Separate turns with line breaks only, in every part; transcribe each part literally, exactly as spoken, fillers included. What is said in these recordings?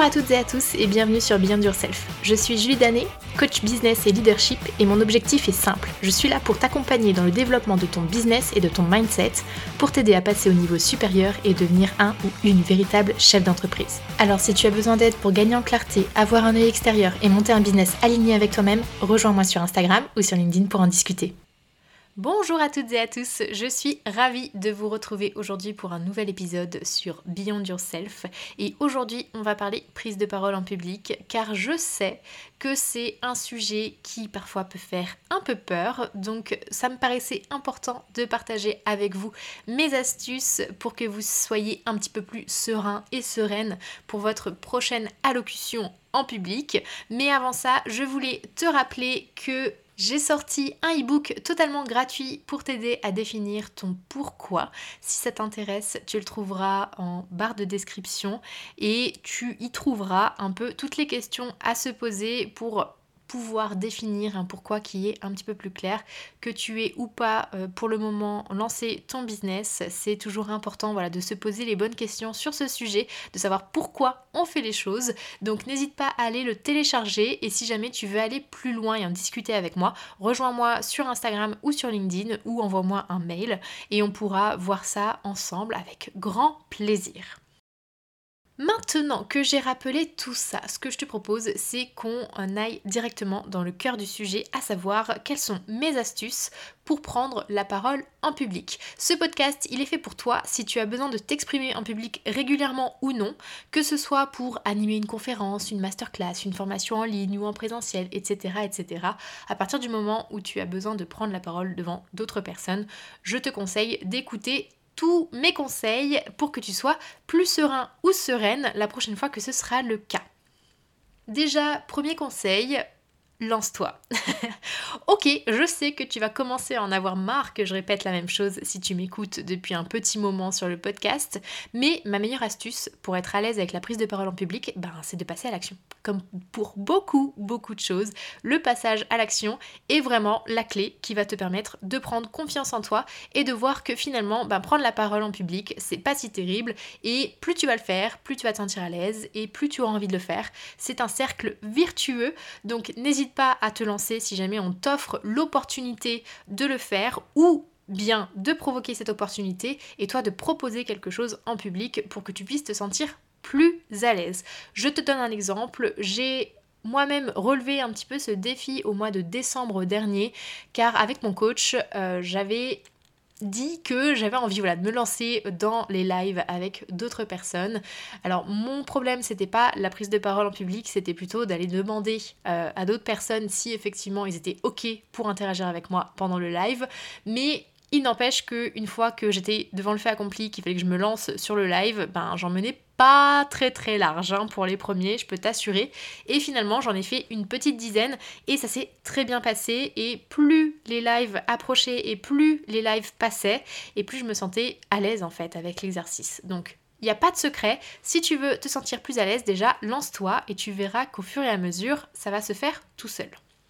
à toutes et à tous et bienvenue sur Beyond Yourself. Je suis Julie Danet, coach business et leadership et mon objectif est simple. Je suis là pour t'accompagner dans le développement de ton business et de ton mindset pour t'aider à passer au niveau supérieur et devenir un ou une véritable chef d'entreprise. Alors si tu as besoin d'aide pour gagner en clarté, avoir un œil extérieur et monter un business aligné avec toi-même, rejoins-moi sur Instagram ou sur LinkedIn pour en discuter. Bonjour à toutes et à tous, je suis ravie de vous retrouver aujourd'hui pour un nouvel épisode sur Beyond Yourself et aujourd'hui on va parler prise de parole en public car je sais que c'est un sujet qui parfois peut faire un peu peur, donc ça me paraissait important de partager avec vous mes astuces pour que vous soyez un petit peu plus serein et sereine pour votre prochaine allocution en public. Mais avant ça, je voulais te rappeler que j'ai sorti un e-book totalement gratuit pour t'aider à définir ton pourquoi. Si ça t'intéresse, tu le trouveras en barre de description et tu y trouveras un peu toutes les questions à se poser pour pouvoir définir un pourquoi qui est un petit peu plus clair. Que tu aies ou pas euh, pour le moment lancé ton business, c'est toujours important voilà, de se poser les bonnes questions sur ce sujet, de savoir pourquoi on fait les choses. Donc n'hésite pas à aller le télécharger et si jamais tu veux aller plus loin et en discuter avec moi, rejoins-moi sur Instagram ou sur LinkedIn ou envoie-moi un mail et on pourra voir ça ensemble avec grand plaisir. Maintenant que j'ai rappelé tout ça, ce que je te propose, c'est qu'on aille directement dans le cœur du sujet, à savoir quelles sont mes astuces pour prendre la parole en public. Ce podcast, il est fait pour toi si tu as besoin de t'exprimer en public régulièrement ou non, que ce soit pour animer une conférence, une masterclass, une formation en ligne ou en présentiel, et cetera, et cetera. À partir du moment où tu as besoin de prendre la parole devant d'autres personnes, je te conseille d'écouter tous mes conseils pour que tu sois plus serein ou sereine la prochaine fois que ce sera le cas. Déjà, premier conseil, lance-toi. Ok, je sais que tu vas commencer à en avoir marre que je répète la même chose si tu m'écoutes depuis un petit moment sur le podcast, mais ma meilleure astuce pour être à l'aise avec la prise de parole en public, ben, c'est de passer à l'action. Comme pour beaucoup, beaucoup de choses, le passage à l'action est vraiment la clé qui va te permettre de prendre confiance en toi et de voir que finalement, ben, prendre la parole en public, c'est pas si terrible et plus tu vas le faire, plus tu vas te sentir à l'aise et plus tu auras envie de le faire. C'est un cercle vertueux, donc n'hésite pas à te lancer si jamais on t'offre l'opportunité de le faire ou bien de provoquer cette opportunité et toi de proposer quelque chose en public pour que tu puisses te sentir plus à l'aise. Je te donne un exemple, j'ai moi-même relevé un petit peu ce défi au mois de décembre dernier car avec mon coach, euh, j'avais dit que j'avais envie voilà, de me lancer dans les lives avec d'autres personnes. Alors mon problème c'était pas la prise de parole en public, c'était plutôt d'aller demander euh, à d'autres personnes si effectivement ils étaient ok pour interagir avec moi pendant le live, mais il n'empêche qu'une fois que j'étais devant le fait accompli, qu'il fallait que je me lance sur le live, ben j'en menais pas très très large hein, pour les premiers, je peux t'assurer. Et finalement, j'en ai fait une petite dizaine et ça s'est très bien passé. Et plus les lives approchaient et plus les lives passaient, et plus je me sentais à l'aise en fait avec l'exercice. Donc, il n'y a pas de secret. Si tu veux te sentir plus à l'aise, déjà, lance-toi et tu verras qu'au fur et à mesure, ça va se faire tout seul.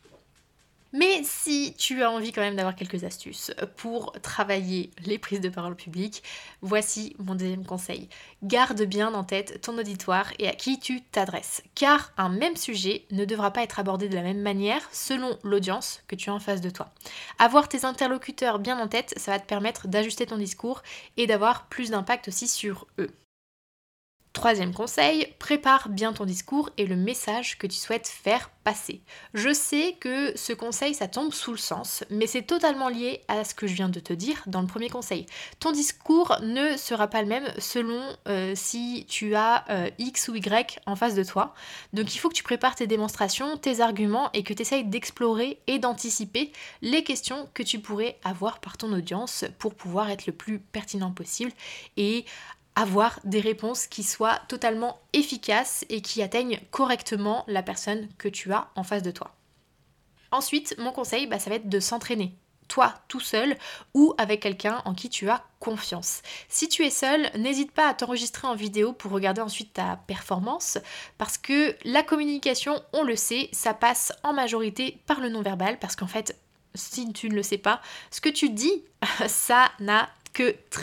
Mais si tu as envie quand même d'avoir quelques astuces pour travailler les prises de parole publiques, voici mon deuxième conseil. Garde bien en tête ton auditoire et à qui tu t'adresses, car un même sujet ne devra pas être abordé de la même manière selon l'audience que tu as en face de toi. Avoir tes interlocuteurs bien en tête, ça va te permettre d'ajuster ton discours et d'avoir plus d'impact aussi sur eux. Troisième conseil, prépare bien ton discours et le message que tu souhaites faire passer. Je sais que ce conseil, ça tombe sous le sens, mais c'est totalement lié à ce que je viens de te dire dans le premier conseil. Ton discours ne sera pas le même selon euh, si tu as euh, X ou Y en face de toi. Donc il faut que tu prépares tes démonstrations, tes arguments et que tu essayes d'explorer et d'anticiper les questions que tu pourrais avoir par ton audience pour pouvoir être le plus pertinent possible et avoir des réponses qui soient totalement efficaces et qui atteignent correctement la personne que tu as en face de toi. Ensuite, mon conseil, bah, ça va être de s'entraîner. Toi, tout seul ou avec quelqu'un en qui tu as confiance. Si tu es seul, n'hésite pas à t'enregistrer en vidéo pour regarder ensuite ta performance parce que la communication, on le sait, ça passe en majorité par le non-verbal parce qu'en fait, si tu ne le sais pas, ce que tu dis, ça n'a que très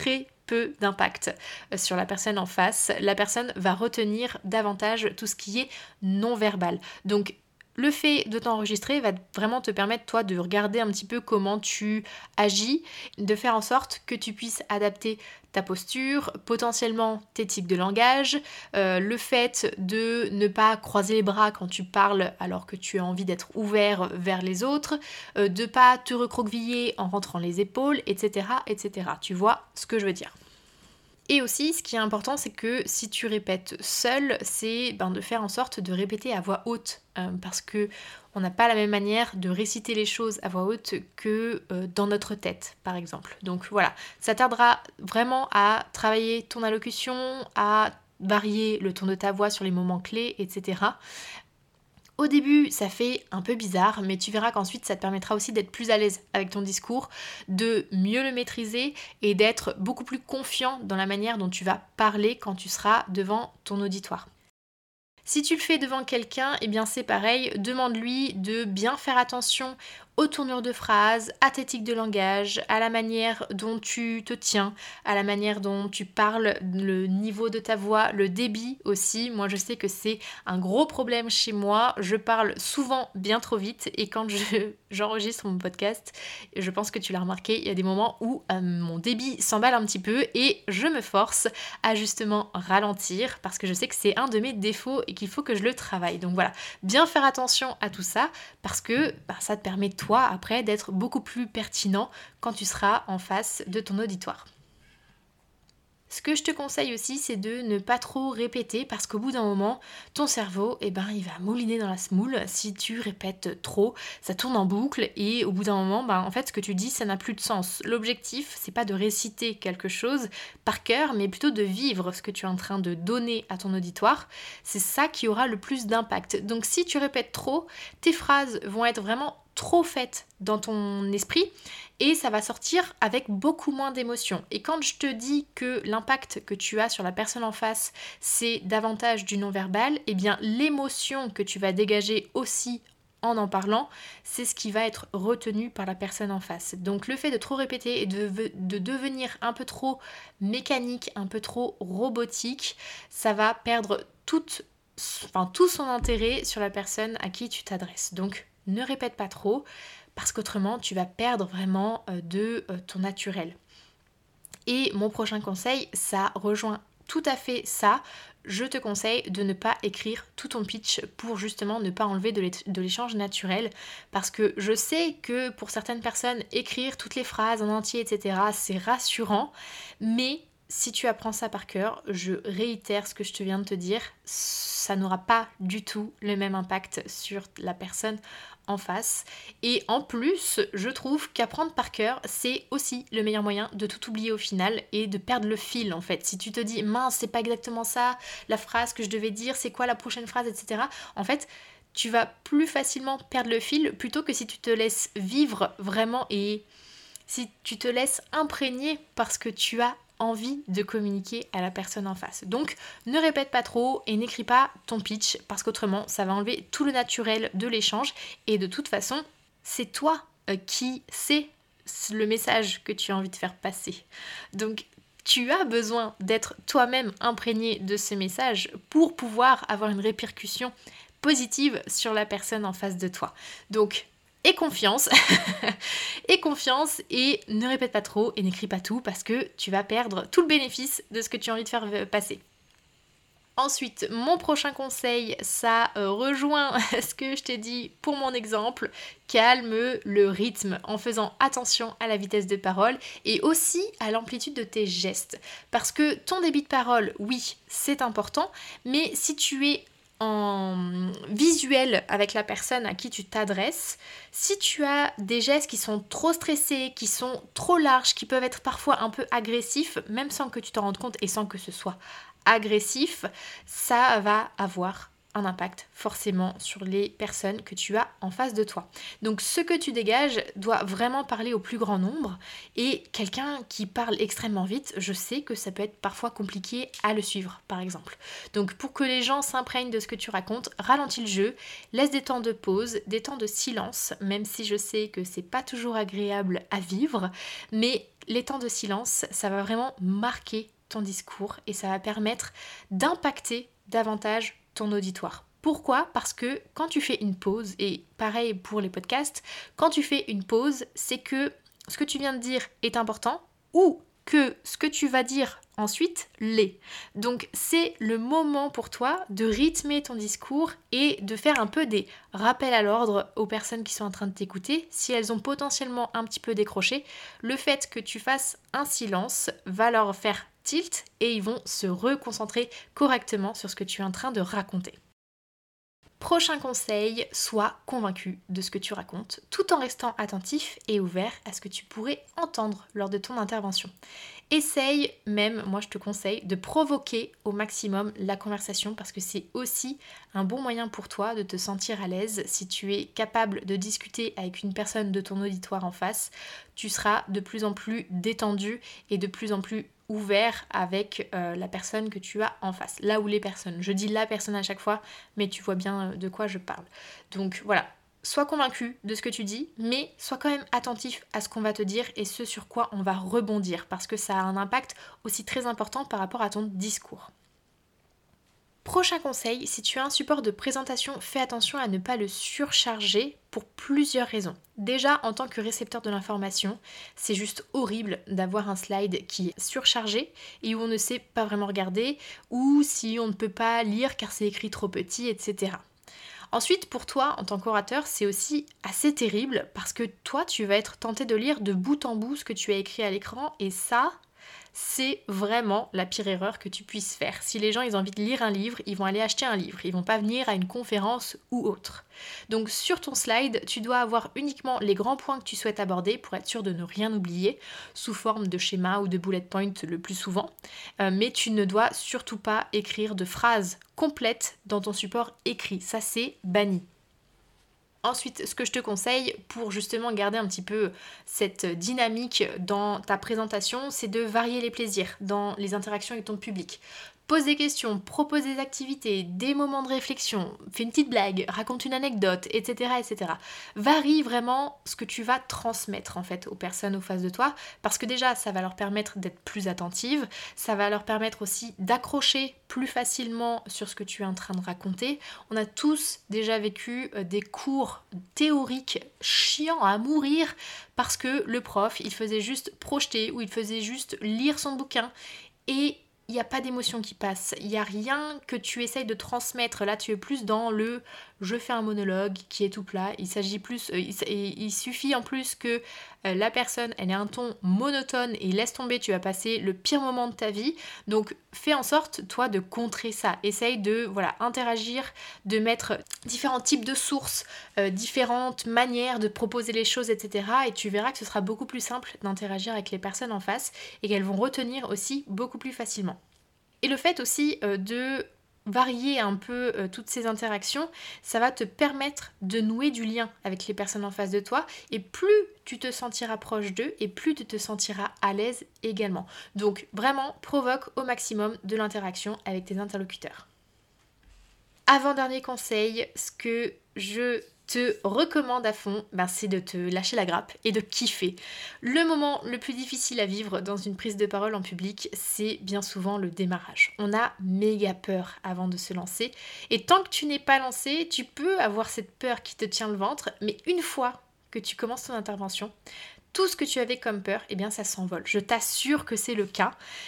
peu d'impact sur la personne en face. La personne va retenir davantage tout ce qui est non-verbal. Donc, le fait de t'enregistrer va vraiment te permettre, toi, de regarder un petit peu comment tu agis, de faire en sorte que tu puisses adapter ta posture, potentiellement tes types de langage, euh, le fait de ne pas croiser les bras quand tu parles alors que tu as envie d'être ouvert vers les autres, euh, de ne pas te recroqueviller en rentrant les épaules, et cetera, et cetera. Tu vois ce que je veux dire. Et aussi, ce qui est important, c'est que si tu répètes seul, c'est ben, de faire en sorte de répéter à voix haute, euh, parce que on n'a pas la même manière de réciter les choses à voix haute que euh, dans notre tête, par exemple. Donc voilà, ça t'aidera vraiment à travailler ton allocution, à varier le ton de ta voix sur les moments clés, et cetera. Au début, ça fait un peu bizarre, mais tu verras qu'ensuite, ça te permettra aussi d'être plus à l'aise avec ton discours, de mieux le maîtriser et d'être beaucoup plus confiant dans la manière dont tu vas parler quand tu seras devant ton auditoire. Si tu le fais devant quelqu'un, eh bien c'est pareil, demande-lui de bien faire attention aux tournures de phrases, à tes tics de langage, à la manière dont tu te tiens, à la manière dont tu parles, le niveau de ta voix, le débit aussi. Moi je sais que c'est un gros problème chez moi, je parle souvent bien trop vite et quand je, j'enregistre mon podcast, je pense que tu l'as remarqué, il y a des moments où euh, mon débit s'emballe un petit peu et je me force à justement ralentir parce que je sais que c'est un de mes défauts et qu'il faut que je le travaille. Donc voilà, bien faire attention à tout ça parce que bah, ça te permet toi après d'être beaucoup plus pertinent quand tu seras en face de ton auditoire. Ce que je te conseille aussi, c'est de ne pas trop répéter parce qu'au bout d'un moment, ton cerveau, eh ben, il va mouliner dans la semoule. Si tu répètes trop, ça tourne en boucle et au bout d'un moment, ben, en fait, ce que tu dis, ça n'a plus de sens. L'objectif, c'est pas de réciter quelque chose par cœur, mais plutôt de vivre ce que tu es en train de donner à ton auditoire. C'est ça qui aura le plus d'impact. Donc si tu répètes trop, tes phrases vont être vraiment trop faites dans ton esprit et ça va sortir avec beaucoup moins d'émotion. Et quand je te dis que l'impact que tu as sur la personne en face, c'est davantage du non-verbal, eh bien l'émotion que tu vas dégager aussi en en parlant, c'est ce qui va être retenu par la personne en face. Donc le fait de trop répéter et de, de devenir un peu trop mécanique, un peu trop robotique, ça va perdre toute, enfin, tout son intérêt sur la personne à qui tu t'adresses. Donc ne répète pas trop, parce qu'autrement, tu vas perdre vraiment de ton naturel. Et mon prochain conseil, ça rejoint tout à fait ça. Je te conseille de ne pas écrire tout ton pitch pour justement ne pas enlever de l'échange naturel. Parce que je sais que pour certaines personnes, écrire toutes les phrases en entier, et cetera, c'est rassurant. Mais si tu apprends ça par cœur, je réitère ce que je te viens de te dire, ça n'aura pas du tout le même impact sur la personne en face. Et en plus, je trouve qu'apprendre par cœur, c'est aussi le meilleur moyen de tout oublier au final et de perdre le fil en fait. Si tu te dis, mince, c'est pas exactement ça, la phrase que je devais dire, c'est quoi la prochaine phrase, et cetera. En fait, tu vas plus facilement perdre le fil plutôt que si tu te laisses vivre vraiment et si tu te laisses imprégner parce que tu as envie de communiquer à la personne en face. Donc ne répète pas trop et n'écris pas ton pitch parce qu'autrement ça va enlever tout le naturel de l'échange et de toute façon c'est toi euh, qui sais le message que tu as envie de faire passer. Donc tu as besoin d'être toi-même imprégné de ce message pour pouvoir avoir une répercussion positive sur la personne en face de toi. Donc et confiance, et confiance, et ne répète pas trop et n'écris pas tout parce que tu vas perdre tout le bénéfice de ce que tu as envie de faire passer. Ensuite, mon prochain conseil, ça euh, rejoint ce que je t'ai dit pour mon exemple, calme le rythme en faisant attention à la vitesse de parole et aussi à l'amplitude de tes gestes. Parce que ton débit de parole, oui, c'est important, mais si tu es en visuel avec la personne à qui tu t'adresses, si tu as des gestes qui sont trop stressés, qui sont trop larges, qui peuvent être parfois un peu agressifs, même sans que tu t'en rendes compte et sans que ce soit agressif, ça va avoir un impact forcément sur les personnes que tu as en face de toi. Donc ce que tu dégages doit vraiment parler au plus grand nombre, et quelqu'un qui parle extrêmement vite, je sais que ça peut être parfois compliqué à le suivre par exemple. Donc pour que les gens s'imprègnent de ce que tu racontes, ralentis le jeu, laisse des temps de pause, des temps de silence, même si je sais que c'est pas toujours agréable à vivre, mais les temps de silence, ça va vraiment marquer ton discours et ça va permettre d'impacter davantage ton auditoire. Pourquoi ? Parce que quand tu fais une pause, et pareil pour les podcasts, quand tu fais une pause, c'est que ce que tu viens de dire est important ou que ce que tu vas dire ensuite l'est. Donc c'est le moment pour toi de rythmer ton discours et de faire un peu des rappels à l'ordre aux personnes qui sont en train de t'écouter. Si elles ont potentiellement un petit peu décroché, le fait que tu fasses un silence va leur faire tilt et ils vont se reconcentrer correctement sur ce que tu es en train de raconter. Prochain conseil, sois convaincu de ce que tu racontes, tout en restant attentif et ouvert à ce que tu pourrais entendre lors de ton intervention. Essaye même, moi je te conseille, de provoquer au maximum la conversation parce que c'est aussi un bon moyen pour toi de te sentir à l'aise. Si tu es capable de discuter avec une personne de ton auditoire en face, tu seras de plus en plus détendu et de plus en plus ouvert avec euh, la personne que tu as en face. Là où les personnes, je dis la personne à chaque fois, mais tu vois bien de quoi je parle. Donc voilà, sois convaincu de ce que tu dis, mais sois quand même attentif à ce qu'on va te dire et ce sur quoi on va rebondir, parce que ça a un impact aussi très important par rapport à ton discours. Prochain conseil, si tu as un support de présentation, fais attention à ne pas le surcharger pour plusieurs raisons. Déjà, en tant que récepteur de l'information, c'est juste horrible d'avoir un slide qui est surchargé et où on ne sait pas vraiment regarder, ou si on ne peut pas lire car c'est écrit trop petit, et cetera. Ensuite, pour toi, en tant qu'orateur, c'est aussi assez terrible parce que toi, tu vas être tenté de lire de bout en bout ce que tu as écrit à l'écran et ça... c'est vraiment la pire erreur que tu puisses faire. Si les gens ils ont envie de lire un livre, ils vont aller acheter un livre, ils vont pas venir à une conférence ou autre. Donc sur ton slide, tu dois avoir uniquement les grands points que tu souhaites aborder pour être sûr de ne rien oublier, sous forme de schéma ou de bullet point le plus souvent. Euh, mais tu ne dois surtout pas écrire de phrases complètes dans ton support écrit, ça c'est banni. Ensuite, ce que je te conseille pour justement garder un petit peu cette dynamique dans ta présentation, c'est de varier les plaisirs dans les interactions avec ton public. Pose des questions, propose des activités, des moments de réflexion, fais une petite blague, raconte une anecdote, et cetera, et cetera. Varie vraiment ce que tu vas transmettre en fait aux personnes en face de toi, parce que déjà ça va leur permettre d'être plus attentives, ça va leur permettre aussi d'accrocher plus facilement sur ce que tu es en train de raconter. On a tous déjà vécu des cours théoriques chiants à mourir parce que le prof il faisait juste projeter ou il faisait juste lire son bouquin et il n'y a pas d'émotion qui passe, il n'y a rien que tu essayes de transmettre. Là, tu es plus dans le « je fais un monologue » qui est tout plat. Il s'agit plus, euh, il, il suffit en plus que euh, la personne, elle ait un ton monotone et laisse tomber, tu vas passer le pire moment de ta vie. Donc, fais en sorte, toi, de contrer ça. Essaye de, voilà, interagir, de mettre différents types de sources, euh, différentes manières de proposer les choses, et cetera. Et tu verras que ce sera beaucoup plus simple d'interagir avec les personnes en face et qu'elles vont retenir aussi beaucoup plus facilement. Et le fait aussi euh, de varier un peu euh, toutes ces interactions, ça va te permettre de nouer du lien avec les personnes en face de toi et plus tu te sentiras proche d'eux et plus tu te sentiras à l'aise également. Donc vraiment, provoque au maximum de l'interaction avec tes interlocuteurs. Avant-dernier conseil, ce que je te recommande à fond, ben c'est de te lâcher la grappe et de kiffer. Le moment le plus difficile à vivre dans une prise de parole en public, c'est bien souvent le démarrage. On a méga peur avant de se lancer et tant que tu n'es pas lancé, tu peux avoir cette peur qui te tient le ventre, mais une fois que tu commences ton intervention, tout ce que tu avais comme peur, eh bien ça s'envole. Je t'assure que c'est le cas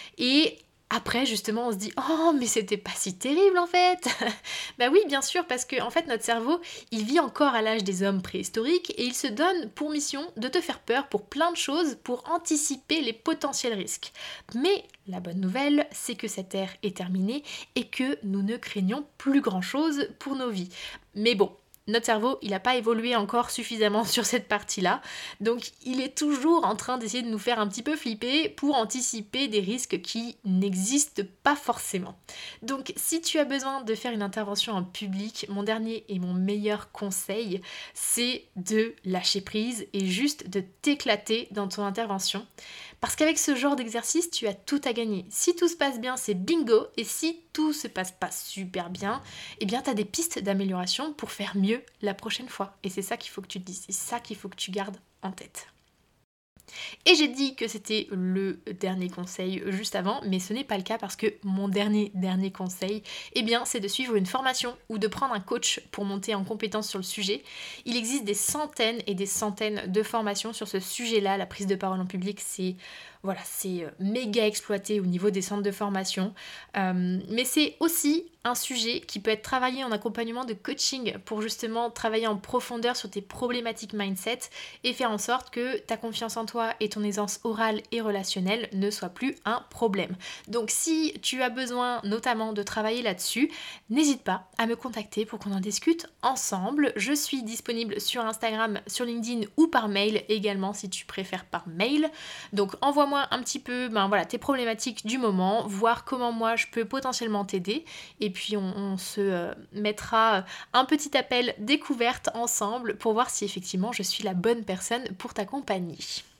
et après, justement, on se dit « Oh, mais c'était pas si terrible, en fait !» Bah oui, bien sûr, parce que en fait, notre cerveau, il vit encore à l'âge des hommes préhistoriques et il se donne pour mission de te faire peur pour plein de choses, pour anticiper les potentiels risques. Mais la bonne nouvelle, c'est que cette ère est terminée et que nous ne craignons plus grand-chose pour nos vies. Mais bon, notre cerveau, il n'a pas évolué encore suffisamment sur cette partie-là. Donc, il est toujours en train d'essayer de nous faire un petit peu flipper pour anticiper des risques qui n'existent pas forcément. Donc, si tu as besoin de faire une intervention en public, mon dernier et mon meilleur conseil, c'est de lâcher prise et juste de t'éclater dans ton intervention. Parce qu'avec ce genre d'exercice, tu as tout à gagner. Si tout se passe bien, c'est bingo. Et si tout se passe pas super bien, eh bien, tu as des pistes d'amélioration pour faire mieux la prochaine fois. Et c'est ça qu'il faut que tu te dises. C'est ça qu'il faut que tu gardes en tête. Et j'ai dit que c'était le dernier conseil juste avant, mais ce n'est pas le cas parce que mon dernier dernier conseil, eh bien, c'est de suivre une formation ou de prendre un coach pour monter en compétence sur le sujet. Il existe des centaines et des centaines de formations sur ce sujet-là. La prise de parole en public, c'est voilà, c'est méga exploité au niveau des centres de formation, euh, mais c'est aussi un sujet qui peut être travaillé en accompagnement de coaching pour justement travailler en profondeur sur tes problématiques mindset et faire en sorte que ta confiance en toi et ton aisance orale et relationnelle ne soient plus un problème. Donc si tu as besoin notamment de travailler là-dessus, n'hésite pas à me contacter pour qu'on en discute ensemble. Je suis disponible sur Instagram, sur LinkedIn ou par mail également si tu préfères par mail. Donc envoie-moi un petit peu ben voilà, tes problématiques du moment, voir comment moi je peux potentiellement t'aider et puis on, on se euh, mettra un petit appel découverte ensemble pour voir si effectivement je suis la bonne personne pour t'accompagner.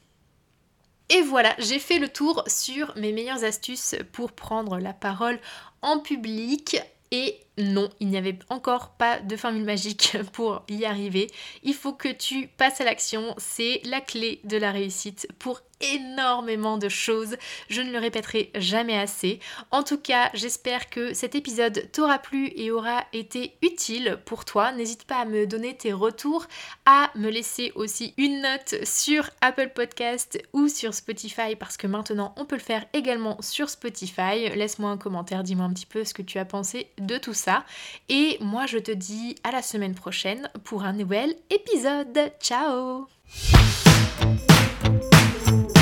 Et voilà, j'ai fait le tour sur mes meilleures astuces pour prendre la parole en public. Et non, il n'y avait encore pas de formule magique pour y arriver. Il faut que tu passes à l'action, c'est la clé de la réussite pour énormément de choses. Je ne le répéterai jamais assez. En tout cas, j'espère que cet épisode t'aura plu et aura été utile pour toi. N'hésite pas à me donner tes retours, à me laisser aussi une note sur Apple Podcast ou sur Spotify parce que maintenant on peut le faire également sur Spotify. Laisse-moi un commentaire, dis-moi un petit peu ce que tu as pensé de tout ça. Et moi je te dis à la semaine prochaine pour un nouvel épisode. Ciao!